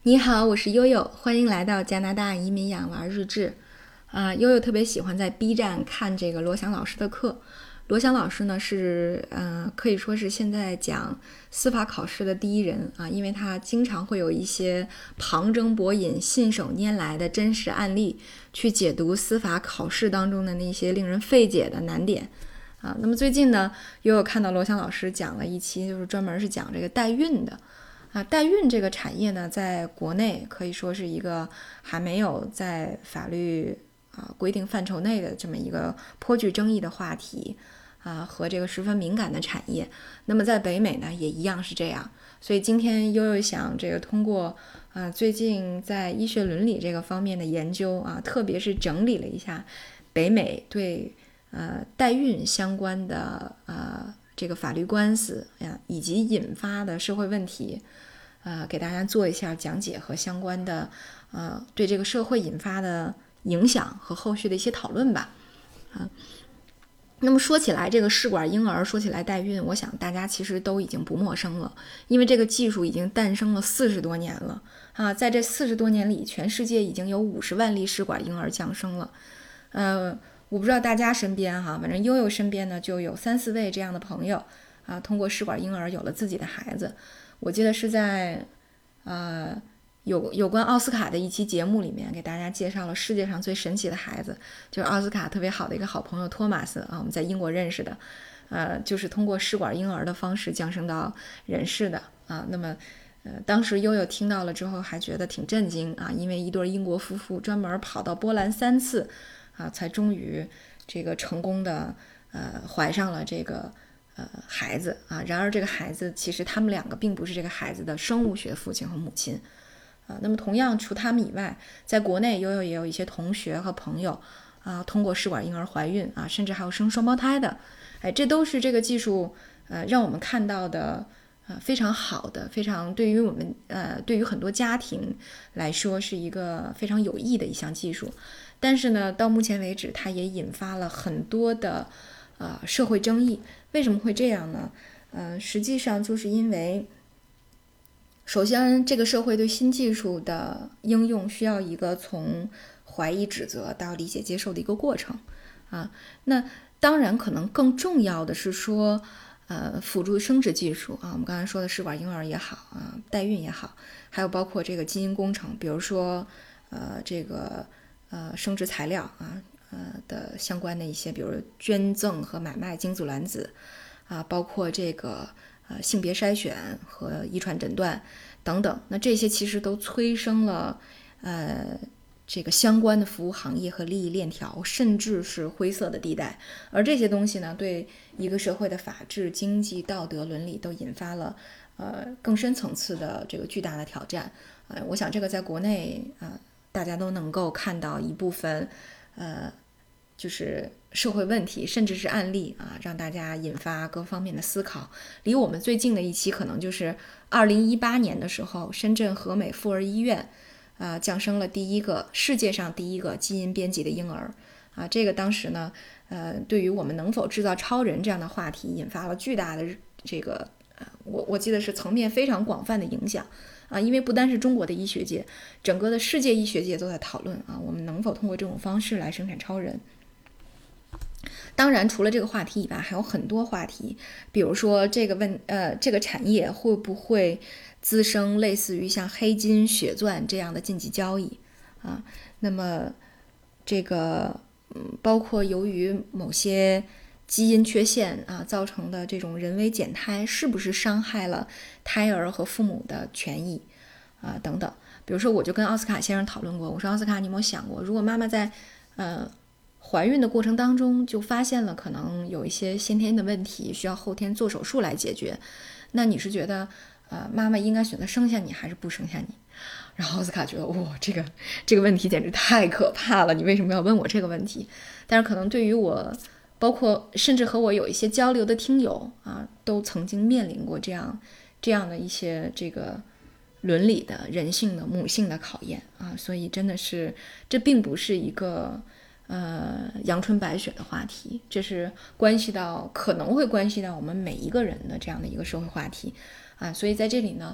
你好，我是悠悠，欢迎来到加拿大移民养娃日志。悠悠特别喜欢在 B 站看这个罗翔老师的课。罗翔老师呢是可以说是现在讲司法考试的第一人啊，因为他经常会有一些旁征博引、信手拈来的真实案例，去解读司法考试当中的那些令人费解的难点。那么最近呢，悠悠看到罗翔老师讲了一期，就是专门是讲这个代孕的。代孕这个产业呢，在国内可以说是一个还没有在法律规定范畴内的这么一个颇具争议的话题和这个十分敏感的产业。那么在北美呢，也一样是这样。所以今天悠悠想这个通过最近在医学伦理这个方面的研究特别是整理了一下北美对代孕相关的这个法律官司以及引发的社会问题，给大家做一下讲解和相关的对这个社会引发的影响和后续的一些讨论吧。那么说起来这个试管婴儿，说起来代孕，我想大家其实都已经不陌生了，因为这个技术已经诞生了40多年了在这40多年里，全世界已经有50万例试管婴儿降生了。我不知道大家身边反正悠悠身边呢就有3-4位这样的朋友通过试管婴儿有了自己的孩子。我记得是在有关奥斯卡的一期节目里面给大家介绍了世界上最神奇的孩子，就是奥斯卡特别好的一个好朋友托马斯我们在英国认识的，就是通过试管婴儿的方式降生到人世的那么当时悠悠听到了之后还觉得挺震惊因为一对英国夫妇专门跑到波兰3次才终于这个成功的怀上了这个孩子然而这个孩子其实他们两个并不是这个孩子的生物学父亲和母亲那么同样除他们以外，在国内悠悠也有一些同学和朋友通过试管婴儿怀孕甚至还有生双胞胎的，这都是这个技术让我们看到的非常好的，非常对于我们对于很多家庭来说是一个非常有益的一项技术。但是呢，到目前为止，它也引发了很多的社会争议。为什么会这样呢？实际上就是因为，首先这个社会对新技术的应用需要一个从怀疑指责到理解接受的一个过程那当然可能更重要的是说辅助生殖技术我们刚才说的试管婴儿也好代孕也好，还有包括这个基因工程，比如说这个生殖材料的相关的一些，比如捐赠和买卖精子卵子包括这个性别筛选和遗传诊断等等，那这些其实都催生了这个相关的服务行业和利益链条，甚至是灰色的地带。而这些东西呢，对一个社会的法治、经济、道德、伦理都引发了更深层次的这个巨大的挑战。我想这个在国内大家都能够看到一部分就是社会问题，甚至是案例让大家引发各方面的思考。离我们最近的一期可能就是2018年的时候，深圳和美妇儿医院降生了世界上第一个基因编辑的婴儿这个当时呢对于我们能否制造超人这样的话题引发了巨大的这个我记得是层面非常广泛的影响因为不单是中国的医学界，整个的世界医学界都在讨论我们能否通过这种方式来生产超人。当然除了这个话题以外还有很多话题，比如说这个产业会不会滋生类似于像黑金、血钻这样的禁忌交易那么这个包括由于某些基因缺陷造成的这种人为减胎是不是伤害了胎儿和父母的权益等等。比如说我就跟奥斯卡先生讨论过，我说奥斯卡，你有没有想过，如果妈妈在怀孕的过程当中就发现了可能有一些先天的问题需要后天做手术来解决，那你是觉得妈妈应该选择生下你还是不生下你？然后奥斯卡觉得这个问题简直太可怕了，你为什么要问我这个问题？但是可能对于我，包括甚至和我有一些交流的听友都曾经面临过这样的一些这个伦理的、人性的、母性的考验所以真的是这并不是一个阳春白雪的话题，这是可能会关系到我们每一个人的这样的一个社会话题所以在这里呢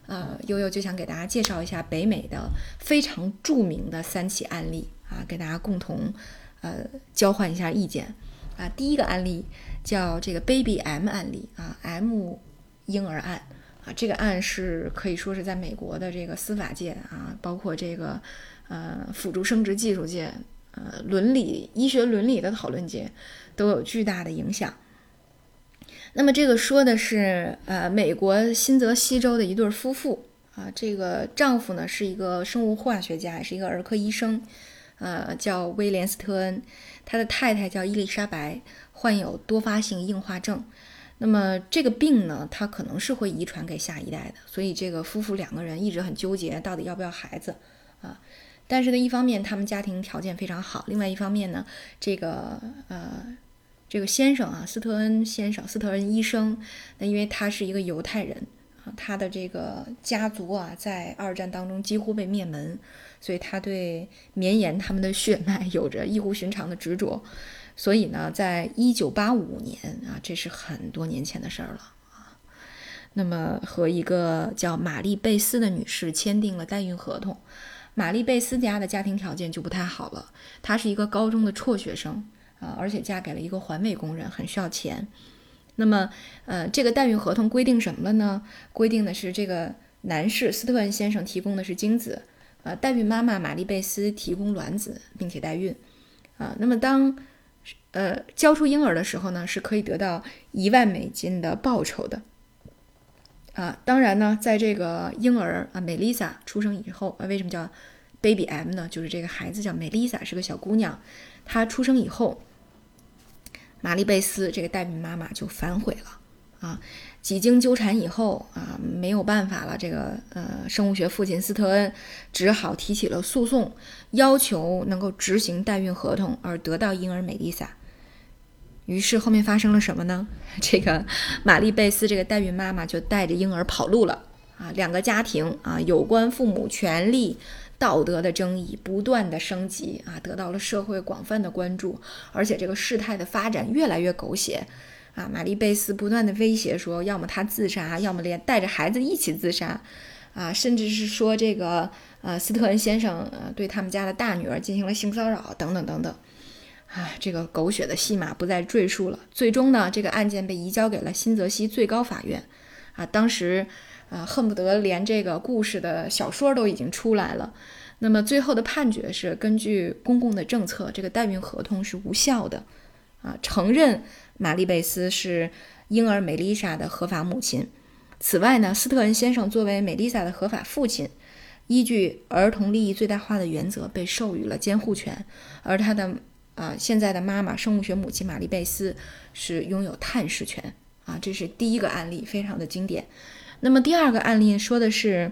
悠悠就想给大家介绍一下北美的非常著名的3起案例啊，给大家共同交换一下意见啊。第一个案例叫这个 Baby M 案例啊 ，M 婴儿案啊，这个案是可以说是在美国的这个司法界啊，包括这个辅助生殖技术界、医学伦理的讨论界都有巨大的影响。那么这个说的是美国新泽西州的一对夫妇啊，这个丈夫呢是一个生物化学家，也是一个儿科医生，叫威廉斯特恩，他的太太叫伊丽莎白，患有多发性硬化症。那么这个病呢，它可能是会遗传给下一代的，所以这个夫妇2个人一直很纠结，到底要不要孩子啊？但是呢，一方面他们家庭条件非常好，另外一方面呢，这个先生啊，斯特恩医生，那因为他是一个犹太人啊，他的这个家族啊，在2战当中几乎被灭门，所以他对绵延他们的血脉有着异乎寻常的执着。所以呢，在1985年啊，这是很多年前的事儿了啊。那么和一个叫玛丽贝斯的女士签订了代孕合同。玛丽贝斯家的家庭条件就不太好了，她是一个高中的辍学生啊，而且嫁给了一个环卫工人，很需要钱。那么这个代孕合同规定什么了呢？规定的是这个男士斯特恩先生提供的是精子，代孕妈妈玛丽贝斯提供卵子并且代孕啊。那么当交出婴儿的时候呢，是可以得到1万美金的报酬的当然呢，在这个婴儿美丽莎出生以后为什么叫 Baby M 呢？就是这个孩子叫美丽莎，是个小姑娘，她出生以后，玛丽贝斯这个代孕妈妈就反悔了啊。几经纠缠以后啊，没有办法了，这个生物学父亲斯特恩只好提起了诉讼，要求能够执行代孕合同而得到婴儿美丽莎。于是后面发生了什么呢？这个玛丽贝斯这个代孕妈妈就带着婴儿跑路了啊！2个家庭啊，有关父母权利、道德的争议不断的升级啊，得到了社会广泛的关注，而且这个事态的发展越来越狗血啊！玛丽贝斯不断的威胁说，要么她自杀，要么连带着孩子一起自杀啊，甚至是说这个斯特恩先生对他们家的大女儿进行了性骚扰等等等等。这个狗血的戏码不再赘述了。最终呢，这个案件被移交给了新泽西最高法院当时恨不得连这个故事的小说都已经出来了。那么最后的判决是，根据公共的政策，这个代孕合同是无效的承认玛丽贝斯是婴儿美丽莎的合法母亲。此外呢，斯特恩先生作为美丽莎的合法父亲，依据儿童利益最大化的原则被授予了监护权，而他的现在的妈妈生物学母亲玛丽贝斯是拥有探视权这是第一个案例，非常的经典。那么第二个案例说的是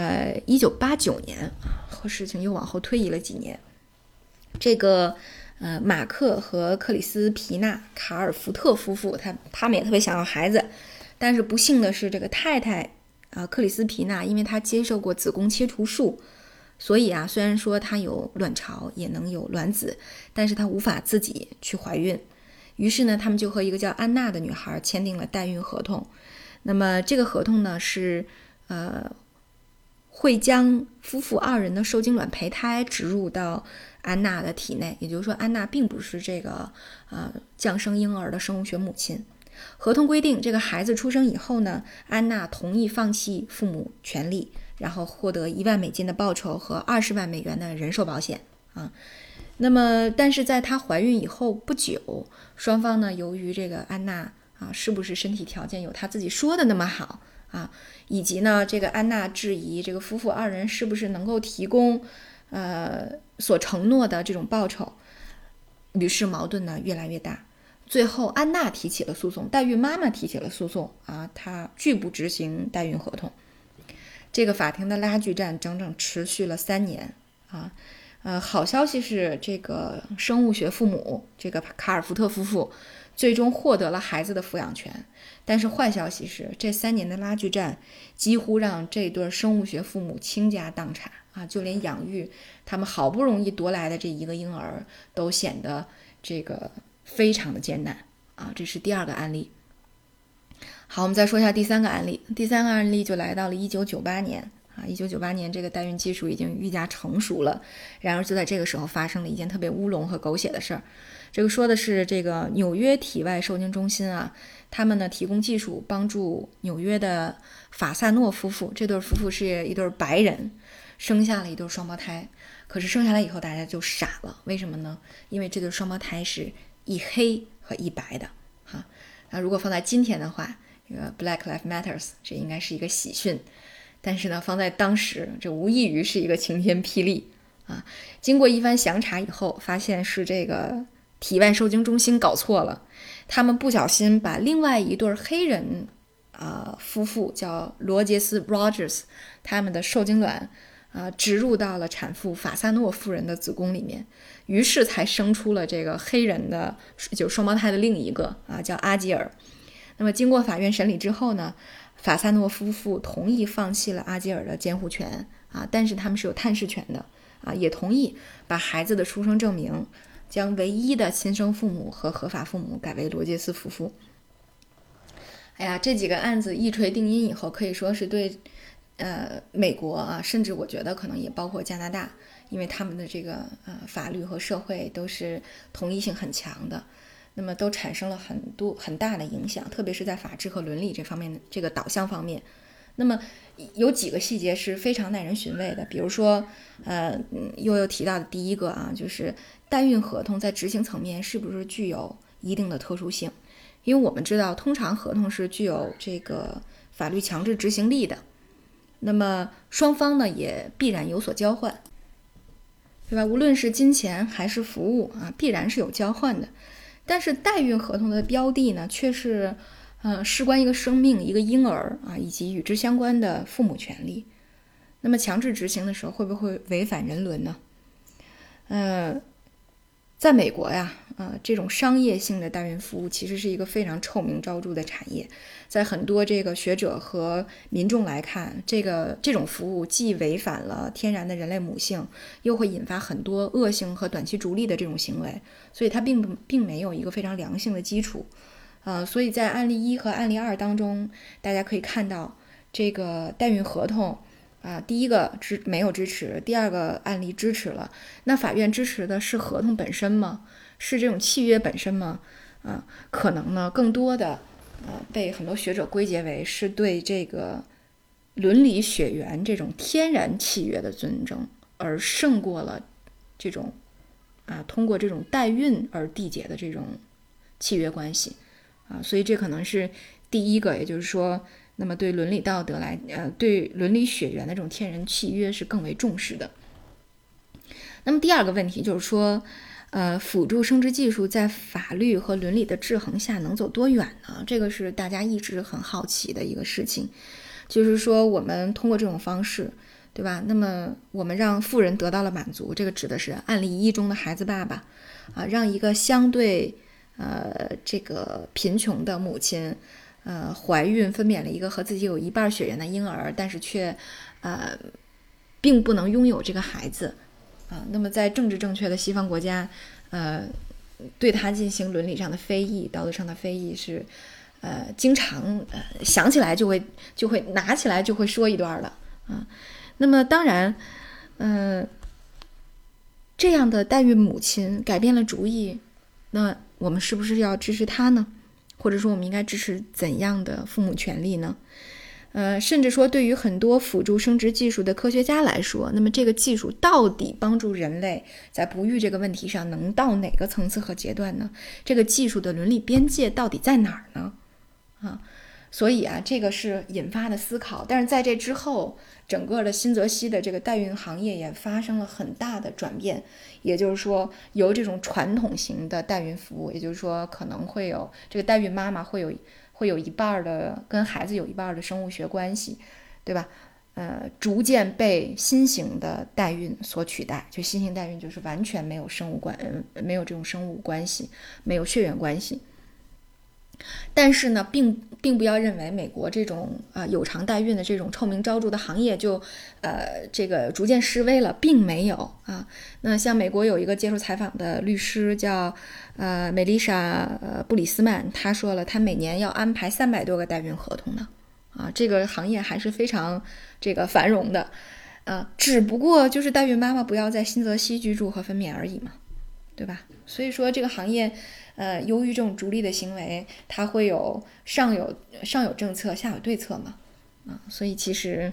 1989年和事情又往后推移了几年。这个马克和克里斯皮娜卡尔福特夫妇他们也特别想要孩子，但是不幸的是这个太太克里斯皮娜因为她接受过子宫切除术，所以虽然说她有卵巢也能有卵子，但是她无法自己去怀孕。于是呢，他们就和一个叫安娜的女孩签订了代孕合同。那么这个合同呢是会将夫妇2人的受精卵胚胎植入到安娜的体内，也就是说安娜并不是这个降生婴儿的生物学母亲。合同规定，这个孩子出生以后呢，安娜同意放弃父母权利，然后获得1万美金的报酬和20万美元的人寿保险那么但是在她怀孕以后不久，双方呢由于这个安娜是不是身体条件有她自己说的那么好以及呢这个安娜质疑这个夫妇2人是不是能够提供所承诺的这种报酬，于是矛盾呢越来越大。最后安娜提起了诉讼，代孕妈妈提起了诉讼她拒不执行代孕合同。这个法庭的拉锯战整整持续了3年好消息是，这个生物学父母这个卡尔福特夫妇最终获得了孩子的抚养权，但是坏消息是，这3年的拉锯战几乎让这对生物学父母倾家荡产就连养育他们好不容易夺来的这一个婴儿都显得这个非常的艰难这是第2个案例。 好，我们再说一下第三个案例。第三个案例就来到了1998年啊，1998年这个代孕技术已经愈加成熟了。然而就在这个时候发生了一件特别乌龙和狗血的事儿。这个说的是这个纽约体外受精中心啊，他们呢提供技术帮助纽约的法萨诺夫妇，这对夫妇是一对白人，生下了一对双胞胎。可是生下来以后大家就傻了，为什么呢？因为这对双胞胎是一黑和一白的哈。那如果放在今天的话，这个 Black Lives Matters 这应该是一个喜讯，但是呢放在当时这无异于是一个晴天霹雳啊。经过一番详查以后，发现是这个体外受精中心搞错了，他们不小心把另外一对黑人夫妇叫罗杰斯 Rogers 他们的受精卵植入到了产妇法萨诺夫人的子宫里面，于是才生出了这个黑人的就是双胞胎的另一个叫阿吉尔。那么经过法院审理之后呢，法萨诺夫妇同意放弃了阿吉尔的监护权但是他们是有探视权的也同意把孩子的出生证明将唯一的亲生父母和合法父母改为罗杰斯夫妇。哎呀，这几个案子一锤定音以后，可以说是对美国甚至我觉得可能也包括加拿大，因为他们的这个法律和社会都是统一性很强的，那么都产生了很大的影响，特别是在法治和伦理这方面的这个导向方面。那么有几个细节是非常耐人寻味的，比如说又有提到的第一个就是代孕合同在执行层面是不是具有一定的特殊性。因为我们知道通常合同是具有这个法律强制执行力的，那么双方呢也必然有所交换，对吧？无论是金钱还是服务必然是有交换的。但是代孕合同的标的呢却是事关一个生命，一个婴儿以及与之相关的父母权利。那么强制执行的时候会不会违反人伦呢？在美国呀这种商业性的代孕服务其实是一个非常臭名昭著的产业。在很多这个学者和民众来看，这种服务既违反了天然的人类母性，又会引发很多恶性和短期逐利的这种行为，所以它并没有一个非常良性的基础。所以在案例1和案例2当中，大家可以看到这个代孕合同第一个没有支持，第二个案例支持了。那法院支持的是合同本身吗？是这种契约本身吗？可能呢更多的被很多学者归结为是对这个伦理血缘这种天然契约的尊重，而胜过了这种通过这种代孕而缔结的这种契约关系所以这可能是第一个，也就是说那么对伦理道德对伦理血缘的这种天然契约是更为重视的。那么第二个问题就是说辅助生殖技术在法律和伦理的制衡下能走多远呢？这个是大家一直很好奇的一个事情。就是说我们通过这种方式，对吧？那么我们让妇人得到了满足，这个指的是案例1中的孩子爸爸让一个相对这个贫穷的母亲怀孕分娩了一个和自己有一半血缘的婴儿，但是却并不能拥有这个孩子那么在政治正确的西方国家对他进行伦理上的非议，道德上的非议是经常想起来就会拿起来就会说一段的那么当然这样的代孕母亲改变了主意，那我们是不是要支持她呢？或者说我们应该支持怎样的父母权利呢？甚至说对于很多辅助生殖技术的科学家来说，那么这个技术到底帮助人类在不育这个问题上能到哪个层次和阶段呢？这个技术的伦理边界到底在哪儿呢？所以这个是引发的思考。但是在这之后，整个的新泽西的这个代孕行业也发生了很大的转变，也就是说由这种传统型的代孕服务，也就是说可能会有这个代孕妈妈会有一半的跟孩子有一半的生物学关系，对吧？逐渐被新型的代孕所取代。就新型代孕就是完全没有没有这种生物关系，没有血缘关系。 但是呢，并不要认为美国这种有偿代孕的这种臭名昭著的行业就这个逐渐式微了，并没有啊。那像美国有一个接受采访的律师叫梅丽莎布里斯曼，他说了，他每年要安排300多个代孕合同呢啊，这个行业还是非常这个繁荣的只不过就是代孕妈妈不要在新泽西居住和分娩而已嘛，对吧？所以说这个行业由于这种逐利的行为，它会有上有政策，下有对策嘛所以其实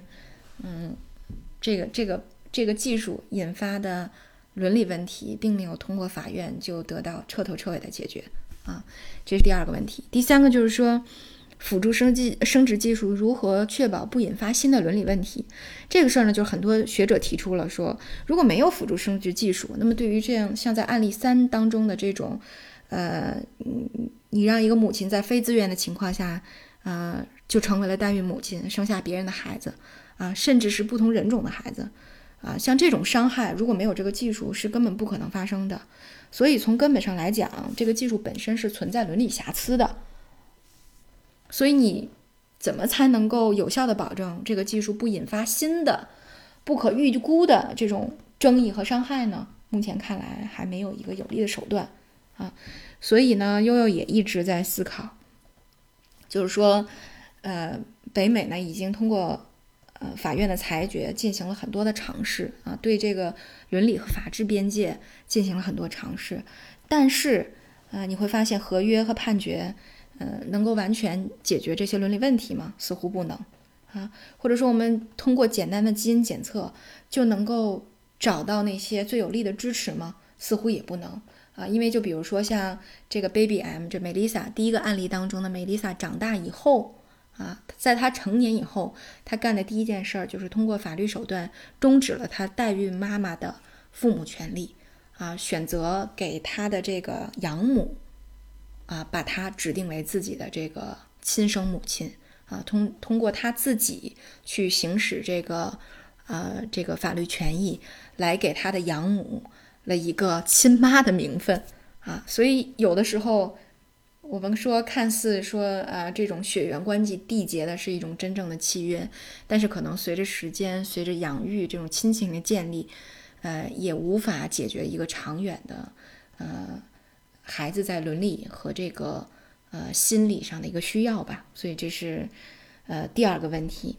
这个技术引发的伦理问题并没有通过法院就得到彻头彻尾的解决这是第二个问题。第三个就是说辅助生殖技术如何确保不引发新的伦理问题，这个事儿呢，就是很多学者提出了说，如果没有辅助生殖技术，那么对于这样像在案例3当中的这种你让一个母亲在非自愿的情况下就成为了代孕母亲，生下别人的孩子甚至是不同人种的孩子像这种伤害如果没有这个技术是根本不可能发生的。所以从根本上来讲，这个技术本身是存在伦理瑕疵的。所以你怎么才能够有效的保证这个技术不引发新的不可预估的这种争议和伤害呢？目前看来还没有一个有力的手段所以呢，悠悠也一直在思考，就是说北美呢已经通过法院的裁决进行了很多的尝试对这个伦理和法治边界进行了很多尝试，但是你会发现合约和判决能够完全解决这些伦理问题吗？似乎不能或者说我们通过简单的基因检测就能够找到那些最有力的支持吗？似乎也不能因为就比如说像这个 Baby M 这 Melissa 第一个案例当中的 Melissa 长大以后在她成年以后，她干的第一件事就是通过法律手段终止了她代孕妈妈的父母权利选择给她的这个养母把她指定为自己的这个亲生母亲通过她自己去行使这个法律权益，来给她的养母了一个亲妈的名分所以有的时候我们说看似说这种血缘关系缔结的是一种真正的契约，但是可能随着时间，随着养育这种亲情的建立也无法解决一个长远的孩子在伦理和这个心理上的一个需要吧。所以这是第二个问题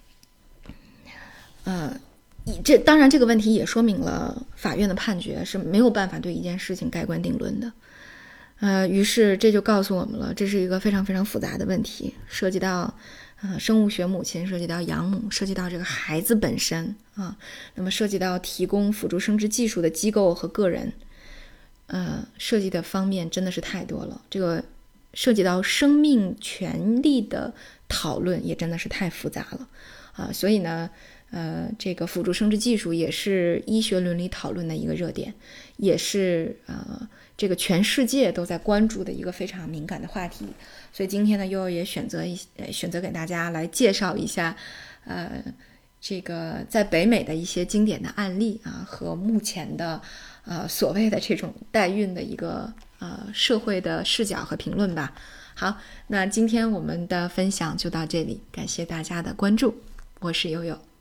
当然这个问题也说明了法院的判决是没有办法对一件事情盖棺定论的于是这就告诉我们了，这是一个非常非常复杂的问题，涉及到生物学母亲，涉及到养母，涉及到这个孩子本身那么涉及到提供辅助生殖技术的机构和个人涉及的方面真的是太多了，这个涉及到生命权利的讨论也真的是太复杂了所以呢这个辅助生殖技术也是医学伦理讨论的一个热点，也是这个全世界都在关注的一个非常敏感的话题。所以今天呢，悠悠也选择给大家来介绍一下这个在北美的一些经典的案例和目前的所谓的这种代孕的一个社会的视角和评论吧。好，那今天我们的分享就到这里，感谢大家的关注，我是悠悠。